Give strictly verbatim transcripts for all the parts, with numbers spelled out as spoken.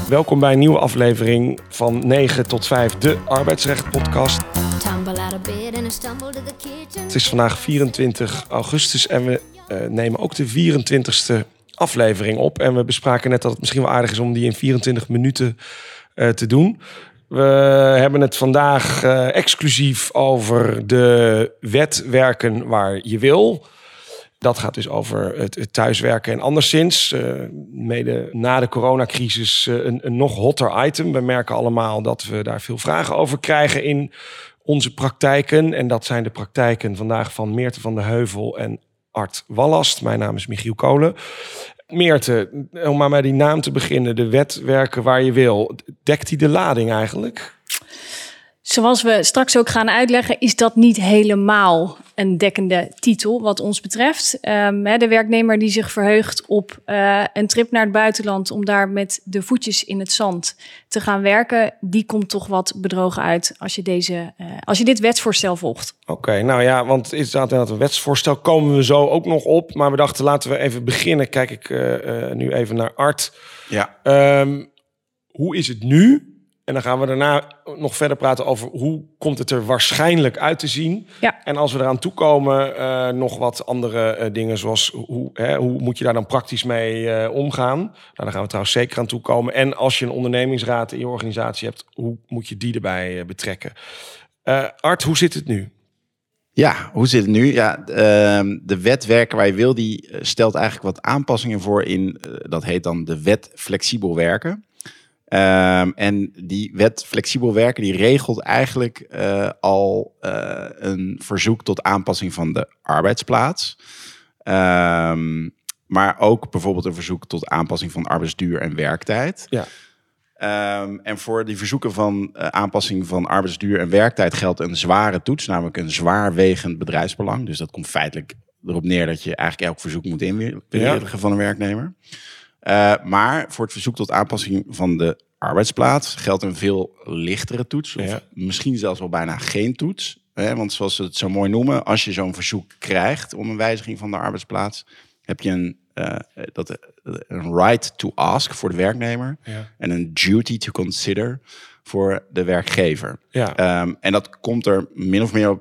Welkom bij een nieuwe aflevering van negen tot vijf, de arbeidsrecht podcast. Het is vandaag vierentwintig augustus en we uh, nemen ook de vierentwintigste aflevering op. En we bespraken net dat het misschien wel aardig is om die in vierentwintig minuten uh, te doen. We hebben het vandaag uh, exclusief over de wet werken waar je wil. Dat gaat dus over het, het thuiswerken en anderszins. Uh, mede na de coronacrisis uh, een, een nog hotter item. We merken allemaal dat we daar veel vragen over krijgen in onze praktijken. En dat zijn de praktijken vandaag van Meerte van de Heuvel en Art Wallast. Mijn naam is Michiel Kolen. Meerte, om maar met die naam te beginnen. De wet werken waar je wil. Dekt die de lading eigenlijk? Zoals we straks ook gaan uitleggen, is dat niet helemaal een dekkende titel wat ons betreft. Um, de werknemer die zich verheugt op uh, een trip naar het buitenland om daar met de voetjes in het zand te gaan werken, die komt toch wat bedrogen uit als je, deze, uh, als je dit wetsvoorstel volgt. Oké, okay, nou ja, want het staat inderdaad een wetsvoorstel, komen we zo ook nog op. Maar we dachten, laten we even beginnen. Kijk ik uh, uh, nu even naar Art. Ja. Um, hoe is het nu? En dan gaan we daarna nog verder praten over hoe komt het er waarschijnlijk uit te zien. Ja. En als we eraan toekomen, uh, nog wat andere uh, dingen zoals hoe, hè, hoe moet je daar dan praktisch mee uh, omgaan. Nou, daar gaan we trouwens zeker aan toekomen. En als je een ondernemingsraad in je organisatie hebt, hoe moet je die erbij uh, betrekken? Uh, Art, hoe zit het nu? Ja, hoe zit het nu? Ja, uh, de wet werken waar je wil, die stelt eigenlijk wat aanpassingen voor in, uh, dat heet dan de wet flexibel werken. Um, en die wet flexibel werken, die regelt eigenlijk uh, al uh, een verzoek tot aanpassing van de arbeidsplaats. Um, maar ook bijvoorbeeld een verzoek tot aanpassing van arbeidsduur en werktijd. Ja. Um, en voor die verzoeken van uh, aanpassing van arbeidsduur en werktijd geldt een zware toets, namelijk een zwaarwegend bedrijfsbelang. Dus dat komt feitelijk erop neer dat je eigenlijk elk verzoek moet inwilligen ja. van een werknemer. Uh, maar voor het verzoek tot aanpassing van de arbeidsplaats geldt een veel lichtere toets. Of ja. misschien zelfs wel bijna geen toets. Hè? Want zoals ze het zo mooi noemen, als je zo'n verzoek krijgt om een wijziging van de arbeidsplaats, heb je een, uh, dat, een right to ask voor de werknemer ja. en een duty to consider voor de werkgever. Ja. Um, en dat komt er min of meer op,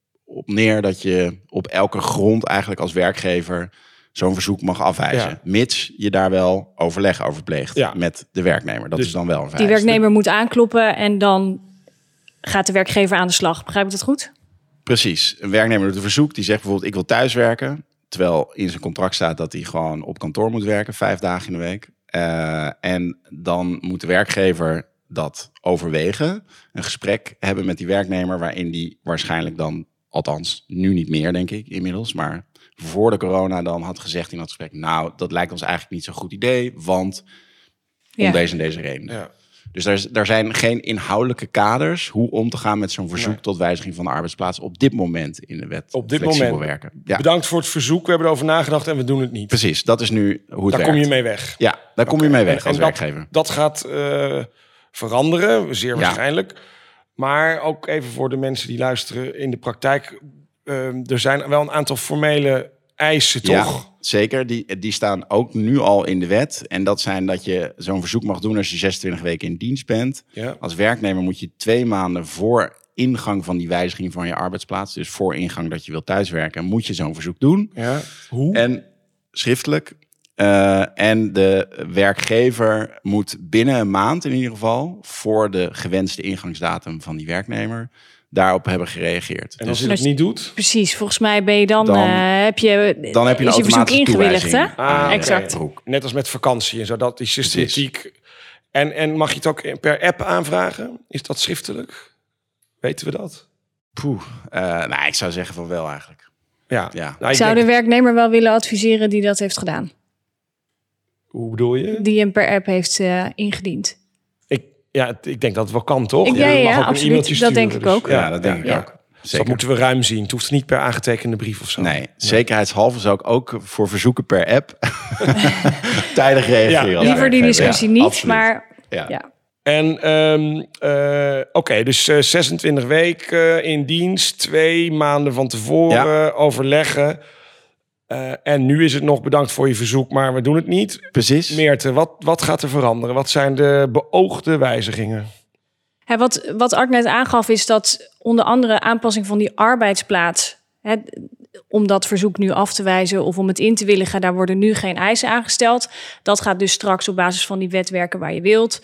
op neer dat je op elke grond eigenlijk als werkgever zo'n verzoek mag afwijzen. Ja. Mits je daar wel overleg over pleegt ja. met de werknemer. Dat dus is dan wel een vereiste. Die werknemer moet aankloppen en dan gaat de werkgever aan de slag. Begrijp ik dat goed? Precies. Een werknemer doet een verzoek. Die zegt bijvoorbeeld, ik wil thuiswerken. Terwijl in zijn contract staat dat hij gewoon op kantoor moet werken. Vijf dagen in de week. Uh, en dan moet de werkgever dat overwegen. Een gesprek hebben met die werknemer waarin die waarschijnlijk dan, althans nu niet meer denk ik inmiddels, maar voor de corona dan had gezegd in dat gesprek, nou, dat lijkt ons eigenlijk niet zo'n goed idee, want om ja. deze en deze reden. Ja. Dus er, er zijn geen inhoudelijke kaders hoe om te gaan met zo'n verzoek nee. tot wijziging van de arbeidsplaats op dit moment in de wet. Op dit flexibel moment. Werken. Ja. Bedankt voor het verzoek. We hebben erover nagedacht en we doen het niet. Precies, dat is nu hoe het daar werkt. Daar kom je mee weg. Ja, daar okay. kom je mee weg en, als en werkgever. Dat, dat gaat uh, veranderen, zeer ja. waarschijnlijk. Maar ook even voor de mensen die luisteren in de praktijk. Uh, er zijn wel een aantal formele eisen, toch? Ja, zeker. Die, die staan ook nu al in de wet. En dat zijn dat je zo'n verzoek mag doen als je zesentwintig weken in dienst bent. Ja. Als werknemer moet je twee maanden voor ingang van die wijziging van je arbeidsplaats, dus voor ingang dat je wilt thuiswerken, moet je zo'n verzoek doen. Ja. Hoe? En schriftelijk. Uh, en de werkgever moet binnen een maand in ieder geval, voor de gewenste ingangsdatum van die werknemer, daarop hebben gereageerd. En als dus, je dat niet doet? Precies, volgens mij ben je dan, dan uh, heb je, dan heb je een is je verzoek ingewilligd, hè? Ah, exact. Okay. Net als met vakantie en zo, dat die systematiek. En, en mag je het ook per app aanvragen? Is dat schriftelijk? Weten we dat? Poeh, uh, nou, ik zou zeggen van wel eigenlijk. Ja. ja. Nou, ik zou denk... de werknemer wel willen adviseren die dat heeft gedaan? Hoe bedoel je? Die hem per app heeft uh, ingediend. Ik, ja, ik denk dat het wel kan, toch? Ik, ja, ja, mag ja ook absoluut. Een e-mailtje sturen, dat denk ik dus, ook. Ja, ja dat denk ja, ik ook. Dus dat moeten we ruim zien. Het hoeft niet per aangetekende brief of zo. Nee, nee. Zekerheidshalve zou ik ook voor verzoeken per app tijdig reageren. Ja, liever die discussie ja, niet, absoluut. maar ja. ja. En um, uh, oké, okay, dus uh, zesentwintig weken in dienst, twee maanden van tevoren ja. overleggen. Uh, en nu is het nog bedankt voor je verzoek, maar we doen het niet. Precies. Meerte, wat, wat gaat er veranderen? Wat zijn de beoogde wijzigingen? Ja, wat, wat Art net aangaf is dat onder andere aanpassing van die arbeidsplaats... Hè, om dat verzoek nu af te wijzen of om het in te willigen, daar worden nu geen eisen aangesteld. Dat gaat dus straks op basis van die wet werken waar je wilt.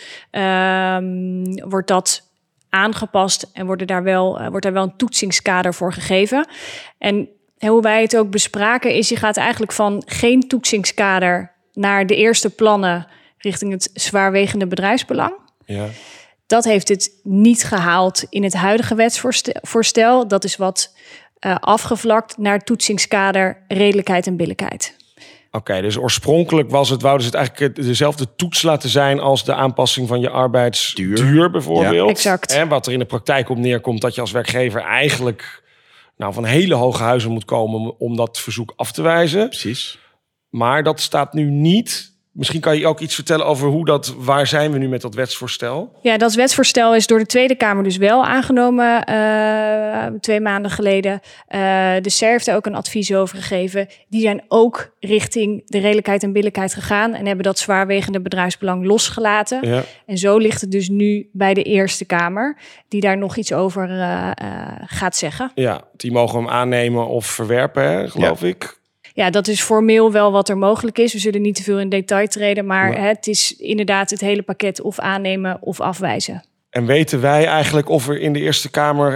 Um, wordt dat aangepast en wordt daar wel, uh, wordt daar wel een toetsingskader voor gegeven. En hoe wij het ook bespraken is, je gaat eigenlijk van geen toetsingskader naar de eerste plannen richting het zwaarwegende bedrijfsbelang. Ja. Dat heeft het niet gehaald in het huidige wetsvoorstel. Dat is wat uh, afgevlakt naar toetsingskader, redelijkheid en billijkheid. Oké, okay, dus oorspronkelijk was het, wouden ze het eigenlijk dezelfde toets laten zijn als de aanpassing van je arbeidsduur, Duur, bijvoorbeeld. Ja, exact. En wat er in de praktijk op neerkomt, dat je als werkgever eigenlijk nou, van hele hoge huizen moet komen om dat verzoek af te wijzen. Precies. Maar dat staat nu niet. Misschien kan je ook iets vertellen over hoe dat, waar zijn we nu met dat wetsvoorstel? Ja, dat wetsvoorstel is door de Tweede Kamer dus wel aangenomen uh, twee maanden geleden. Uh, de S E R heeft er ook een advies over gegeven. Die zijn ook richting de redelijkheid en billijkheid gegaan en hebben dat zwaarwegende bedrijfsbelang losgelaten. Ja. En zo ligt het dus nu bij de Eerste Kamer, die daar nog iets over uh, uh, gaat zeggen. Ja, die mogen hem aannemen of verwerpen, hè, geloof ja. ik. Ja, dat is formeel wel wat er mogelijk is. We zullen niet te veel in detail treden, maar ja. het is inderdaad het hele pakket of aannemen of afwijzen. En weten wij eigenlijk of er in de Eerste Kamer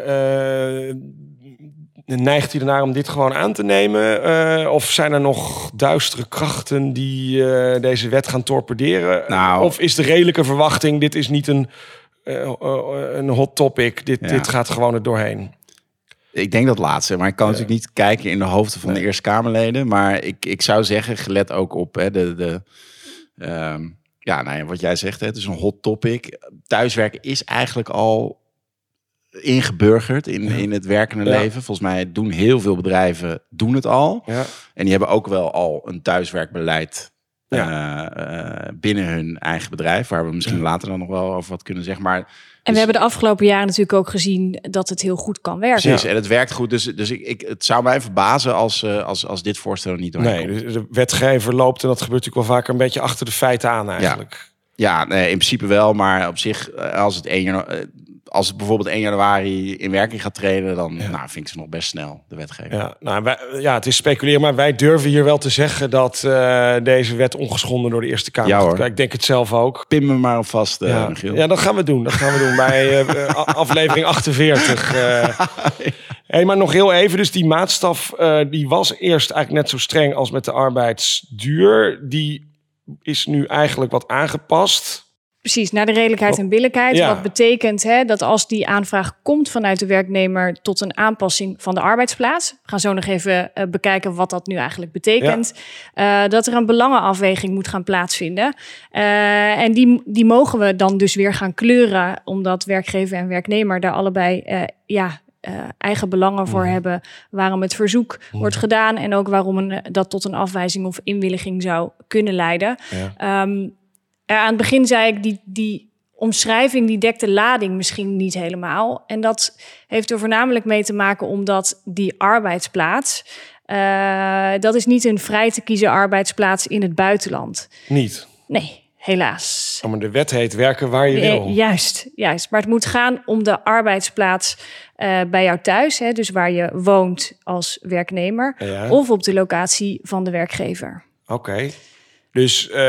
uh, uh, neigt hij ernaar om dit gewoon aan te nemen? Uh, of zijn er nog duistere krachten die uh, deze wet gaan torpederen? Nou, of is de redelijke verwachting, dit is niet een, uh, uh, een hot topic, dit, ja. dit gaat gewoon er doorheen? Ik denk dat laatste, maar ik kan ja. natuurlijk niet kijken in de hoofden van nee. de Eerste Kamerleden. Maar ik, ik zou zeggen, gelet ook op hè, de, de, um, ja, nou ja, wat jij zegt, hè, het is een hot topic. Thuiswerken is eigenlijk al ingeburgerd in, ja. in het werkende ja. leven. Volgens mij doen heel veel bedrijven doen het al. Ja. En die hebben ook wel al een thuiswerkbeleid ja. uh, uh, binnen hun eigen bedrijf. Waar we misschien ja. later dan nog wel over wat kunnen zeggen. Maar en we dus, hebben de afgelopen jaren natuurlijk ook gezien dat het heel goed kan werken. Precies, ja. en het werkt goed. Dus, dus ik, ik, het zou mij verbazen als, uh, als, als dit voorstel niet doorheen Nee, komt. De wetgever loopt, en dat gebeurt natuurlijk wel vaker, een beetje achter de feiten aan eigenlijk. Ja, ja nee, in principe wel. Maar op zich, als het, één januari, als het bijvoorbeeld één januari in werking gaat treden, dan ja. nou, vind ik ze nog best snel, de wetgever. Ja, nou, wij, ja, het is speculeren, maar wij durven hier wel te zeggen dat uh, deze wet ongeschonden door de Eerste Kamer ja, hoor. Ik denk het zelf ook. Pin me maar alvast, uh, ja. Michiel. Ja, dat gaan we doen. Dat gaan we doen bij uh, aflevering achtenveertig. Uh, hey, maar nog heel even, dus die maatstaf uh, die was eerst eigenlijk net zo streng als met de arbeidsduur. Die is nu eigenlijk wat aangepast. Precies, naar de redelijkheid en billijkheid. Ja. Wat betekent hè, dat als die aanvraag komt vanuit de werknemer tot een aanpassing van de arbeidsplaats. We gaan zo nog even uh, bekijken wat dat nu eigenlijk betekent. Ja. Uh, dat er een belangenafweging moet gaan plaatsvinden. Uh, en die, die mogen we dan dus weer gaan kleuren, omdat werkgever en werknemer daar allebei uh, ja, uh, eigen belangen voor mm. hebben. Waarom het verzoek mm. wordt gedaan en ook waarom een, dat tot een afwijzing of inwilliging zou kunnen leiden. Ja. Um, Aan het begin zei ik, die, die omschrijving die dekt de lading misschien niet helemaal. En dat heeft er voornamelijk mee te maken omdat die arbeidsplaats, Uh, dat is niet een vrij te kiezen arbeidsplaats in het buitenland. Niet? Nee, helaas. Oh, maar de wet heet werken waar je wil. Uh, juist, juist. Maar het moet gaan om de arbeidsplaats uh, bij jou thuis. Hè, dus waar je woont als werknemer. Ja. Of op de locatie van de werkgever. Oké. Okay. Dus, uh,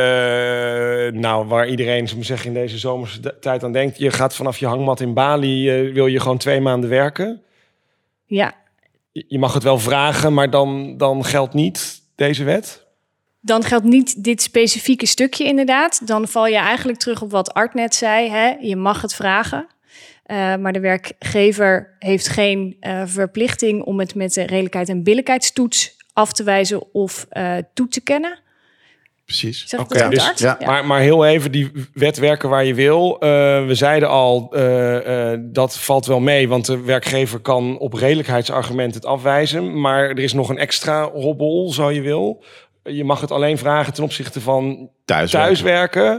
nou, waar iedereen, zo zeggen, in deze zomerse tijd aan denkt, je gaat vanaf je hangmat in Bali, uh, wil je gewoon twee maanden werken? Ja. Je, je mag het wel vragen, maar dan, dan geldt niet deze wet? Dan geldt niet dit specifieke stukje inderdaad. Dan val je eigenlijk terug op wat Art net zei. Hè? Je mag het vragen. Uh, maar de werkgever heeft geen uh, verplichting om het met de redelijkheid en billijkheidstoets af te wijzen of uh, toe te kennen. Precies. Zeg ik okay, dat dus, Art? Ja. Ja. Maar, maar heel even, die wet werken waar je wil. Uh, we zeiden al, uh, uh, dat valt wel mee, want de werkgever kan op redelijkheidsargument het afwijzen. Maar er is nog een extra hobbel, zo je wil. Je mag het alleen vragen ten opzichte van thuiswerken, thuiswerken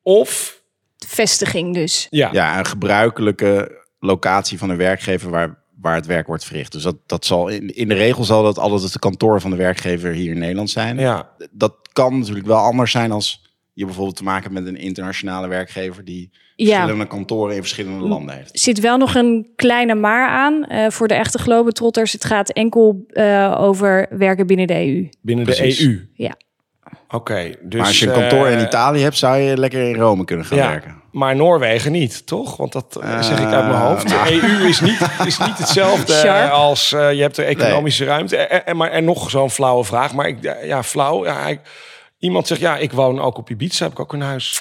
of vestiging dus. Ja. ja, een gebruikelijke locatie van een werkgever waar waar het werk wordt verricht. Dus dat, dat zal in, in de regel zal dat altijd het kantoor van de werkgever hier in Nederland zijn. Ja. Dat kan natuurlijk wel anders zijn als je bijvoorbeeld te maken hebt met een internationale werkgever die verschillende ja. kantoren in verschillende landen heeft. Er zit wel nog een kleine maar aan uh, voor de echte globetrotters. Het gaat enkel uh, over werken binnen de E U. Binnen de Precies. E U? Ja. Oké. Okay, dus, maar als je een kantoor in Italië hebt, zou je lekker in Rome kunnen gaan ja, werken. Maar Noorwegen niet, toch? Want dat uh, zeg ik uit mijn hoofd. Nou. De E U is niet, is niet hetzelfde Sharp. als uh, je hebt de economische nee. ruimte. En, en, maar, en nog zo'n flauwe vraag. Maar ik, ja, flauw. Ja, ik, iemand zegt, ja, ik woon ook op Ibiza. Heb ik ook een huis.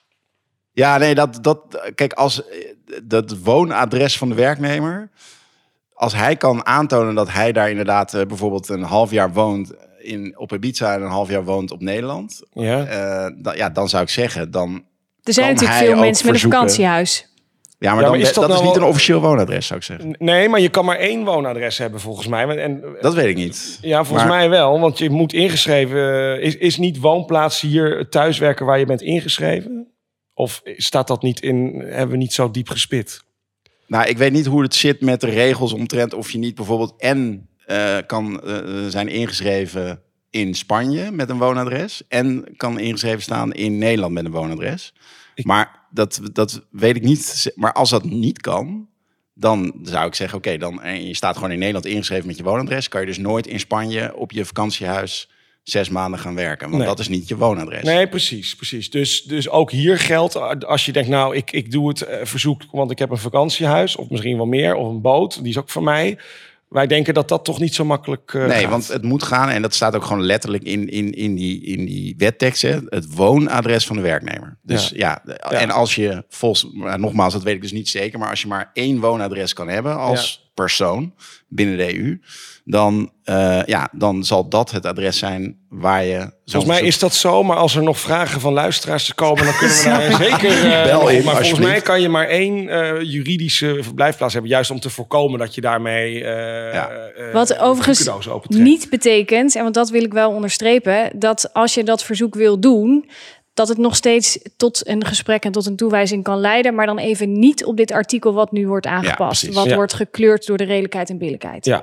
Ja, nee, dat, dat kijk, als dat woonadres van de werknemer, als hij kan aantonen dat hij daar inderdaad uh, bijvoorbeeld een half jaar woont in, op Ibiza en een half jaar woont op Nederland, ja, uh, dan, ja, dan zou ik zeggen, dan er zijn natuurlijk veel mensen met een vakantiehuis. Ja, maar, ja, dan, maar is dat, dat nou is niet wel een officieel woonadres, zou ik zeggen. Nee, maar je kan maar één woonadres hebben, volgens mij. En, dat weet ik niet. Ja, volgens maar, mij wel, want je moet ingeschreven... Is, is niet woonplaats hier het thuiswerken waar je bent ingeschreven? Of staat dat niet in... Hebben we niet zo diep gespit? Nou, ik weet niet hoe het zit met de regels omtrent of je niet bijvoorbeeld en uh, kan uh, zijn ingeschreven in Spanje met een woonadres en kan ingeschreven staan in Nederland met een woonadres. Ik... Maar dat, dat weet ik niet. Maar als dat niet kan, dan zou ik zeggen, oké, okay, dan en je staat gewoon in Nederland ingeschreven met je woonadres, kan je dus nooit in Spanje op je vakantiehuis zes maanden gaan werken. Want nee. dat is niet je woonadres. Nee, precies. precies. Dus, dus ook hier geldt, als je denkt, nou, ik, ik doe het uh, verzoek, want ik heb een vakantiehuis, of misschien wel meer, of een boot, die is ook van mij. Wij denken dat dat toch niet zo makkelijk uh, Nee, gaat. Want het moet gaan, en dat staat ook gewoon letterlijk in, in, in die, in die wettekst, hè, het woonadres van de werknemer. Dus ja, ja, ja. En als je, volgens, nogmaals, dat weet ik dus niet zeker, maar als je maar één woonadres kan hebben als ja. persoon binnen de E U, dan, uh, ja, dan zal dat het adres zijn waar je... Volgens mij is dat zo, maar als er nog vragen van luisteraars komen, dan kunnen we daar zeker... Uh, Bel in, maar volgens mij kan je maar één uh, juridische verblijfplaats hebben, juist om te voorkomen dat je daarmee uh, ja. uh, Wat overigens niet betekent, en want dat wil ik wel onderstrepen, dat als je dat verzoek wil doen, dat het nog steeds tot een gesprek en tot een toewijzing kan leiden, maar dan even niet op dit artikel wat nu wordt aangepast. Ja, wat ja. wordt gekleurd door de redelijkheid en billijkheid. Ja.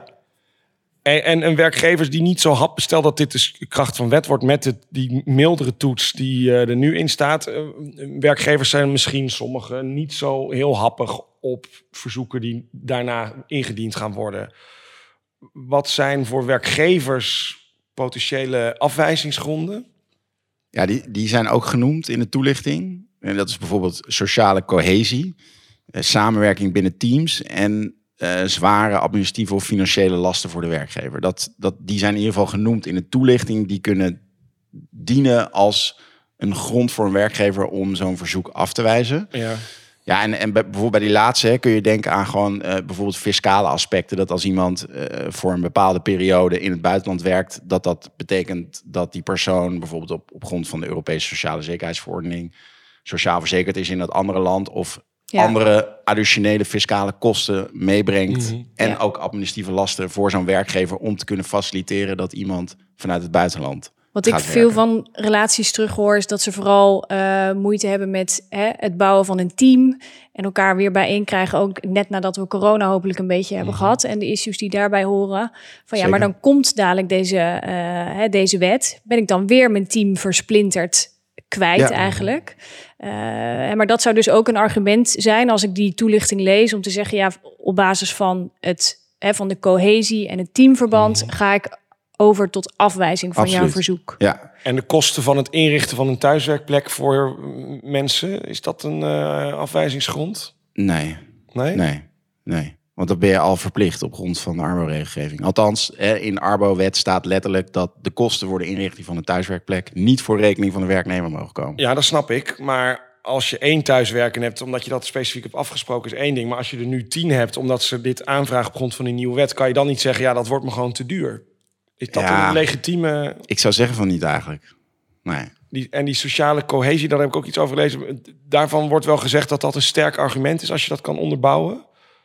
En, en, en werkgevers die niet zo happen, stel dat dit de kracht van wet wordt met de, die mildere toets die uh, er nu in staat. Uh, werkgevers zijn misschien sommigen niet zo heel happig op verzoeken die daarna ingediend gaan worden. Wat zijn voor werkgevers potentiële afwijzingsgronden? Ja, die, die zijn ook genoemd in de toelichting. En dat is bijvoorbeeld sociale cohesie, uh, samenwerking binnen teams en uh, zware administratieve of financiële lasten voor de werkgever. Dat, dat, die zijn in ieder geval genoemd in de toelichting. Die kunnen dienen als een grond voor een werkgever om zo'n verzoek af te wijzen. Ja. Ja, en, en bijvoorbeeld bij die laatste hè, kun je denken aan gewoon uh, bijvoorbeeld fiscale aspecten. Dat als iemand uh, voor een bepaalde periode in het buitenland werkt, dat dat betekent dat die persoon bijvoorbeeld op, op grond van de Europese Sociale Zekerheidsverordening sociaal verzekerd is in dat andere land, of ja. andere additionele fiscale kosten meebrengt. Mm-hmm. En ja. ook administratieve lasten voor zo'n werkgever om te kunnen faciliteren dat iemand vanuit het buitenland. Wat ik veel van relaties terughoor is dat ze vooral uh, moeite hebben met hè, het bouwen van een team en elkaar weer bijeen krijgen. Ook net nadat we corona hopelijk een beetje hebben mm-hmm. gehad en de issues die daarbij horen. Van Zeker. ja, maar dan komt dadelijk deze, uh, hè, deze wet. Ben ik dan weer mijn team versplinterd kwijt ja. eigenlijk. Uh, maar dat zou dus ook een argument zijn als ik die toelichting lees om te zeggen ja, op basis van het hè, van de cohesie en het teamverband mm-hmm. ga ik over tot afwijzing van Absoluut. jouw verzoek. Ja. En de kosten van het inrichten van een thuiswerkplek voor mensen, is dat een uh, afwijzingsgrond? Nee. Nee? Nee. Nee. Want dan ben je al verplicht op grond van de Arbo-regelgeving. Althans, in de Arbo-wet staat letterlijk dat de kosten voor de inrichting van een thuiswerkplek niet voor rekening van de werknemer mogen komen. Ja, dat snap ik. Maar als je één thuiswerken hebt, omdat je dat specifiek hebt afgesproken, is één ding. Maar als je er nu tien hebt, omdat ze dit aanvragen op grond van een nieuwe wet, kan je dan niet zeggen, ja, dat wordt me gewoon te duur. Is dat ja, een legitieme... Ik zou zeggen van niet eigenlijk. Nee. Die, en die sociale cohesie, daar heb ik ook iets over gelezen. Daarvan wordt wel gezegd dat dat een sterk argument is als je dat kan onderbouwen.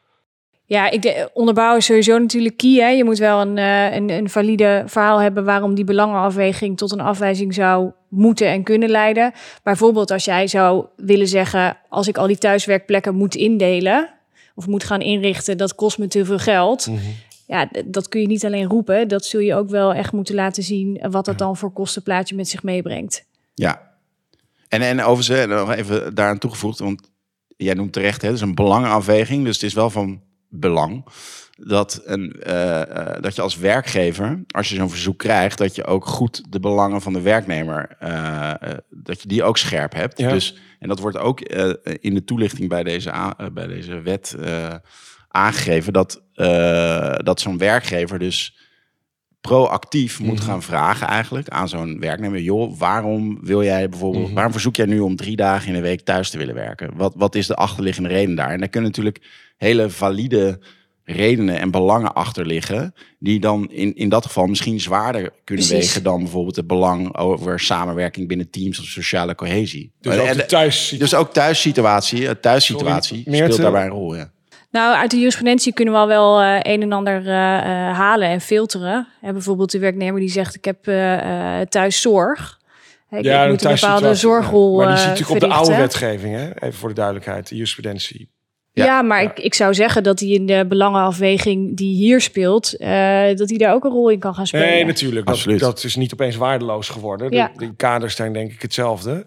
Ja, ik de, onderbouwen is sowieso natuurlijk key. Hè? Je moet wel een, uh, een, een valide verhaal hebben waarom die belangenafweging tot een afwijzing zou moeten en kunnen leiden. Bijvoorbeeld als jij zou willen zeggen, als ik al die thuiswerkplekken moet indelen of moet gaan inrichten, dat kost me te veel geld. Mm-hmm. Ja, d- dat kun je niet alleen roepen. Dat zul je ook wel echt moeten laten zien wat dat dan voor kostenplaatje met zich meebrengt. Ja, en, en overigens nog even daaraan toegevoegd, want jij noemt terecht, hè, het is een belangenafweging, dus het is wel van belang dat, een, uh, uh, dat je als werkgever, als je zo'n verzoek krijgt, dat je ook goed de belangen van de werknemer, uh, uh, dat je die ook scherp hebt. Ja. Dus, en dat wordt ook uh, in de toelichting bij deze, a- uh, bij deze wet uh, aangegeven, dat, uh, dat zo'n werkgever dus proactief moet mm-hmm. gaan vragen eigenlijk aan zo'n werknemer. Joh, waarom wil jij bijvoorbeeld, mm-hmm. waarom verzoek jij nu om drie dagen in de week thuis te willen werken? Wat, wat is de achterliggende reden daar? En daar kunnen natuurlijk hele valide redenen en belangen achter liggen, die dan in, in dat geval misschien zwaarder kunnen Precies. wegen dan bijvoorbeeld het belang over samenwerking binnen teams of sociale cohesie. Dus ook de thuis. Dus ook thuissituatie, thuissituatie Sorry, speelt te... daarbij een rol, ja. Nou, uit de jurisprudentie kunnen we al wel uh, een en ander uh, uh, halen en filteren. Hè, bijvoorbeeld de werknemer die zegt, ik heb uh, uh, thuis zorg. Ik, ja, ik moet een bepaalde zorgrol Maar die zit natuurlijk verrichten. op de oude wetgeving, hè? Even voor de duidelijkheid, de jurisprudentie. Ja, ja maar ja. Ik, ik zou zeggen dat hij in de belangenafweging die hier speelt, uh, dat hij daar ook een rol in kan gaan spelen. Nee, natuurlijk. Dat, dat is niet opeens waardeloos geworden. Ja. De, de kaders zijn denk ik hetzelfde.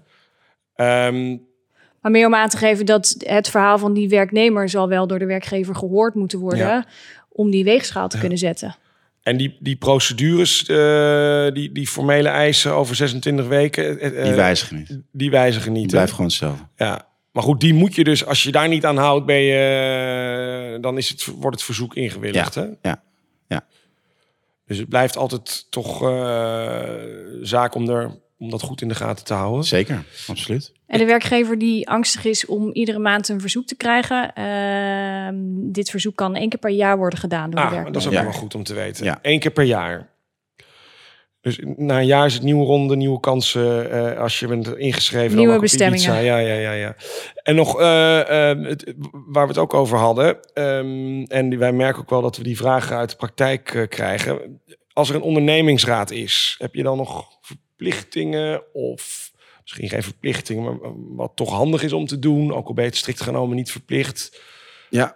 Um, Maar meer om aan te geven dat het verhaal van die werknemer zal wel door de werkgever gehoord moeten worden, ja. om die weegschaal te ja. kunnen zetten. En die, die procedures, uh, die, die formele eisen over zesentwintig weken... Uh, die wijzigen niet. Die wijzigen niet. Die blijft gewoon hetzelfde. Ja. Maar goed, die moet je dus, als je daar niet aan houdt, ben je, dan is het, wordt het verzoek ingewilligd. Ja. Hè? Ja. Ja. Dus het blijft altijd toch uh, zaak om, er, om dat goed in de gaten te houden. Zeker, absoluut. En de werkgever die angstig is om iedere maand een verzoek te krijgen, uh, dit verzoek kan één keer per jaar worden gedaan door ah, de werkgever. Dat is ook ja. wel goed om te weten. Ja. Eén keer per jaar. Dus na een jaar is het nieuwe ronde, nieuwe kansen. Uh, als je bent ingeschreven. Nieuwe bestemmingen. Ja, ja, ja, ja. En nog, uh, uh, het, waar we het ook over hadden. Um, en die, wij merken ook wel dat we die vragen uit de praktijk uh, krijgen. Als er een ondernemingsraad is, heb je dan nog verplichtingen of misschien geen verplichtingen, maar wat toch handig is om te doen, ook al ben je het strikt genomen niet verplicht. Ja.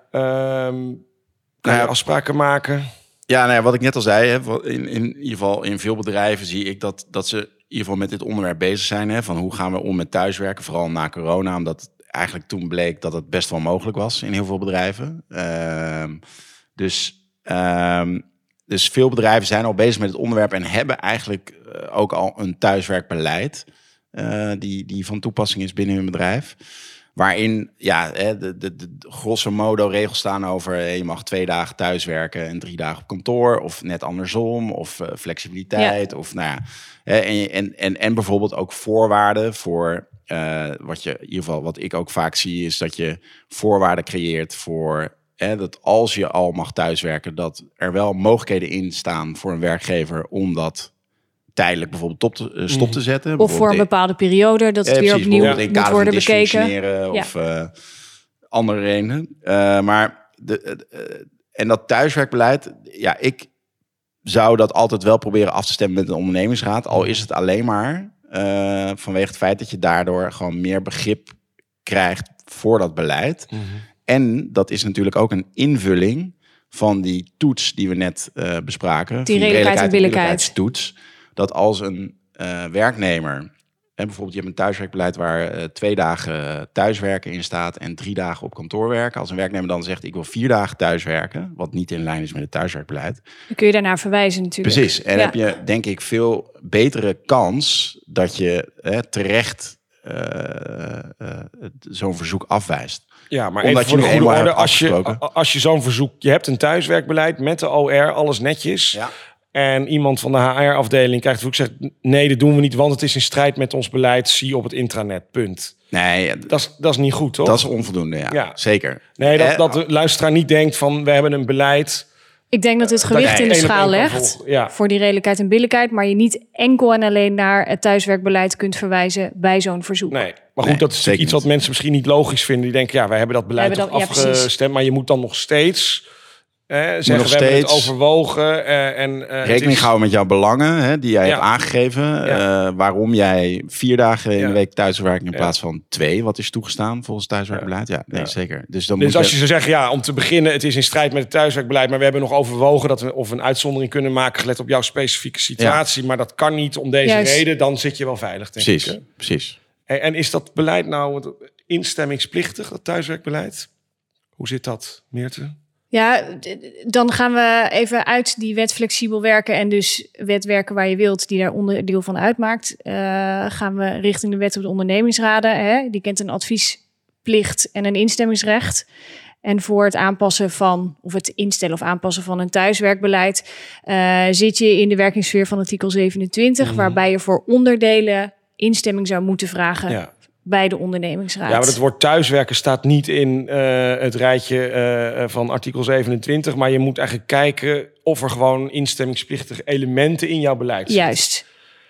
Um, kan nou, je afspraken maken? Ja, nou ja, wat ik net al zei, hè, in, in ieder geval in veel bedrijven zie ik dat, dat ze in ieder geval met dit onderwerp bezig zijn. Hè, van hoe gaan we om met thuiswerken, vooral na corona, omdat eigenlijk toen bleek dat het best wel mogelijk was in heel veel bedrijven. Um, dus, um, dus veel bedrijven zijn al bezig met het onderwerp en hebben eigenlijk uh, ook al een thuiswerkbeleid uh, die, die van toepassing is binnen hun bedrijf. Waarin, ja, de, de, de, de grosso modo regels staan over je mag twee dagen thuiswerken en drie dagen op kantoor, of net andersom, of uh, flexibiliteit, ja. of nou ja, en, en, en, en bijvoorbeeld ook voorwaarden voor uh, wat je in ieder geval wat ik ook vaak zie is dat je voorwaarden creëert voor hè, dat als je al mag thuiswerken, dat er wel mogelijkheden in staan voor een werkgever om dat tijdelijk bijvoorbeeld top te, uh, stop te zetten. Of voor een bepaalde periode, dat het ja, weer precies, opnieuw ja. moet worden bekeken. Of ja. uh, andere redenen. Uh, maar de, uh, en dat thuiswerkbeleid, ja, ik zou dat altijd wel proberen af te stemmen met een ondernemingsraad. Al is het alleen maar uh, vanwege het feit dat je daardoor gewoon meer begrip krijgt voor dat beleid. Mm-hmm. En dat is natuurlijk ook een invulling van die toets die we net uh, bespraken. Die redelijkheid en billijkheid toets. Dat als een uh, werknemer, en bijvoorbeeld je hebt een thuiswerkbeleid waar uh, twee dagen thuiswerken in staat en drie dagen op kantoor werken. Als een werknemer dan zegt ik wil vier dagen thuiswerken, wat niet in lijn is met het thuiswerkbeleid. Dan kun je daarnaar verwijzen natuurlijk. Precies. En ja. heb je denk ik veel betere kans dat je uh, terecht uh, uh, zo'n verzoek afwijst. Ja, maar omdat even voor de goede orde, als je, als je zo'n verzoek, je hebt een thuiswerkbeleid met de O R, alles netjes. Ja. En iemand van de H R-afdeling krijgt het verzoek, zegt nee, dat doen we niet, want het is in strijd met ons beleid. Zie op het intranet, punt. Nee, dat is, dat is niet goed, toch? Dat is onvoldoende, ja. ja. Zeker. Nee, dat, dat de luisteraar niet denkt van, we hebben een beleid. Ik denk dat dit gewicht dat in de schaal legt ja. voor die redelijkheid en billijkheid, maar je niet enkel en alleen naar het thuiswerkbeleid kunt verwijzen bij zo'n verzoek. Nee, maar goed, nee, dat is iets niet. Wat mensen misschien niet logisch vinden. Die denken, ja, wij hebben dat beleid hebben dat, toch ja, afgestemd, precies. Maar je moet dan nog steeds Eh, zeggen, we steeds hebben het overwogen. Uh, en, uh, rekening is... houden met jouw belangen, hè, die jij ja. hebt aangegeven. Ja. Uh, waarom jij vier dagen in ja. de week thuiswerkt in ja. plaats van twee, wat is toegestaan volgens thuiswerkbeleid. Ja, ja nee, ja. zeker. Dus, dan dus moet als je... je zou zeggen, ja, om te beginnen, het is in strijd met het thuiswerkbeleid, maar we hebben nog overwogen dat we of een uitzondering kunnen maken gelet op jouw specifieke situatie, ja. maar dat kan niet om deze Juist. reden, dan zit je wel veilig, denk precies, ik. Precies. En, en is dat beleid nou instemmingsplichtig, dat thuiswerkbeleid? Hoe zit dat, Meerte? Ja, dan gaan we even uit die wet flexibel werken en dus wet werken waar je wilt, die daar onderdeel van uitmaakt. Uh, gaan we richting de wet op de ondernemingsraden. Hè? Die kent een adviesplicht en een instemmingsrecht. En voor het aanpassen van, of het instellen of aanpassen van een thuiswerkbeleid, uh, zit je in de werkingssfeer van artikel zevenentwintig, mm-hmm. waarbij je voor onderdelen instemming zou moeten vragen. Ja. Bij de ondernemingsraad. Ja, maar het woord thuiswerken staat niet in uh, het rijtje uh, van artikel zevenentwintig. Maar je moet eigenlijk kijken of er gewoon instemmingsplichtige elementen in jouw beleid zitten. Juist.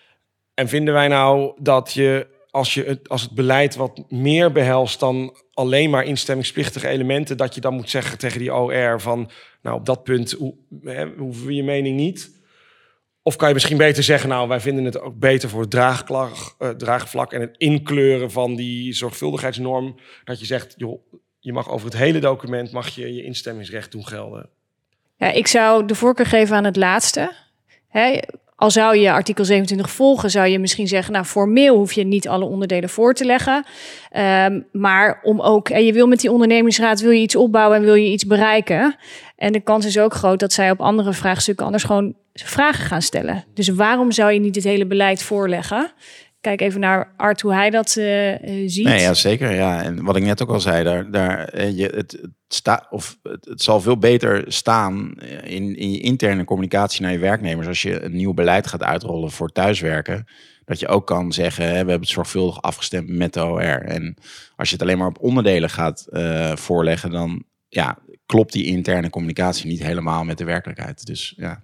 En vinden wij nou dat je, als, je het, als het beleid wat meer behelst dan alleen maar instemmingsplichtige elementen, dat je dan moet zeggen tegen die O R van, nou op dat punt hoe, hè, hoeven we je mening niet? Of kan je misschien beter zeggen, nou, wij vinden het ook beter voor het draagvlak, uh, draagvlak en het inkleuren van die zorgvuldigheidsnorm, dat je zegt, joh, je mag over het hele document mag je je instemmingsrecht doen gelden. Ja, ik zou de voorkeur geven aan het laatste. Hè, al zou je artikel zevenentwintig volgen, zou je misschien zeggen, nou, formeel hoef je niet alle onderdelen voor te leggen. Um, maar om ook, en je wil met die ondernemingsraad, wil je iets opbouwen en wil je iets bereiken. En de kans is ook groot dat zij op andere vraagstukken anders gewoon vragen gaan stellen. Dus waarom zou je niet het hele beleid voorleggen? Kijk even naar Art, hoe hij dat uh, ziet. Nee, ja, zeker. Ja. En wat ik net ook al zei, daar, daar, je, het, het, sta, of het, het zal veel beter staan in, in je interne communicatie naar je werknemers als je een nieuw beleid gaat uitrollen voor thuiswerken. Dat je ook kan zeggen, hè, we hebben het zorgvuldig afgestemd met de O R. En als je het alleen maar op onderdelen gaat uh, voorleggen, dan ja, klopt die interne communicatie niet helemaal met de werkelijkheid. Dus ja.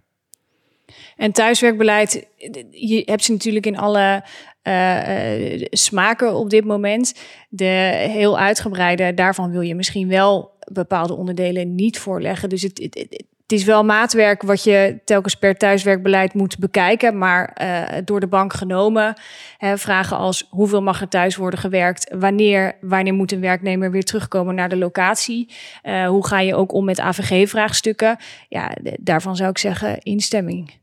En thuiswerkbeleid, je hebt ze natuurlijk in alle uh, uh, smaken op dit moment. De heel uitgebreide, daarvan wil je misschien wel bepaalde onderdelen niet voorleggen. Dus het, het, het is wel maatwerk wat je telkens per thuiswerkbeleid moet bekijken. Maar uh, door de bank genomen, hè, vragen als hoeveel mag er thuis worden gewerkt? Wanneer, wanneer moet een werknemer weer terugkomen naar de locatie? Uh, hoe ga je ook om met A V G-vraagstukken? Ja, d- daarvan zou ik zeggen instemming.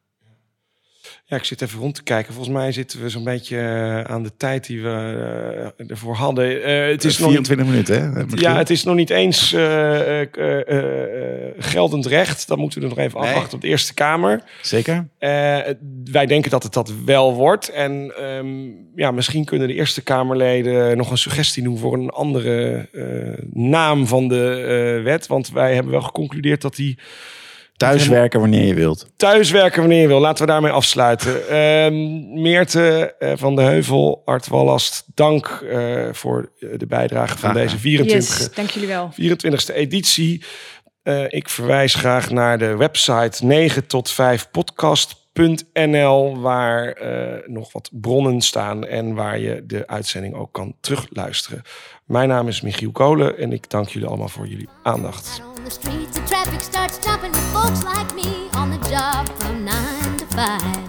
Ja, ik zit even rond te kijken. Volgens mij zitten we zo'n beetje uh, aan de tijd die we uh, ervoor hadden. Uh, het is vierentwintig nog niet, minuten, hè? Ja, het is nog niet eens uh, uh, uh, geldend recht. Dan moeten we nog even nee. afwachten op de Eerste Kamer. Zeker. Uh, wij denken dat het dat wel wordt. En um, ja, misschien kunnen de Eerste Kamerleden nog een suggestie doen voor een andere uh, naam van de uh, wet. Want wij hebben wel geconcludeerd dat die thuiswerken wanneer je wilt. Thuiswerken wanneer je wil. Laten we daarmee afsluiten. Uh, Meerte uh, van de Heuvel, Art Wallast, dank uh, voor de bijdrage van deze vierentwintigste, yes, dank jullie wel. vierentwintigste editie. Uh, ik verwijs graag naar de website negen tot vijf podcast punt n l, waar uh, nog wat bronnen staan en waar je de uitzending ook kan terugluisteren. Mijn naam is Michiel Kolen en ik dank jullie allemaal voor jullie aandacht. The streets, the traffic starts jumping with folks like me on the job from nine to five.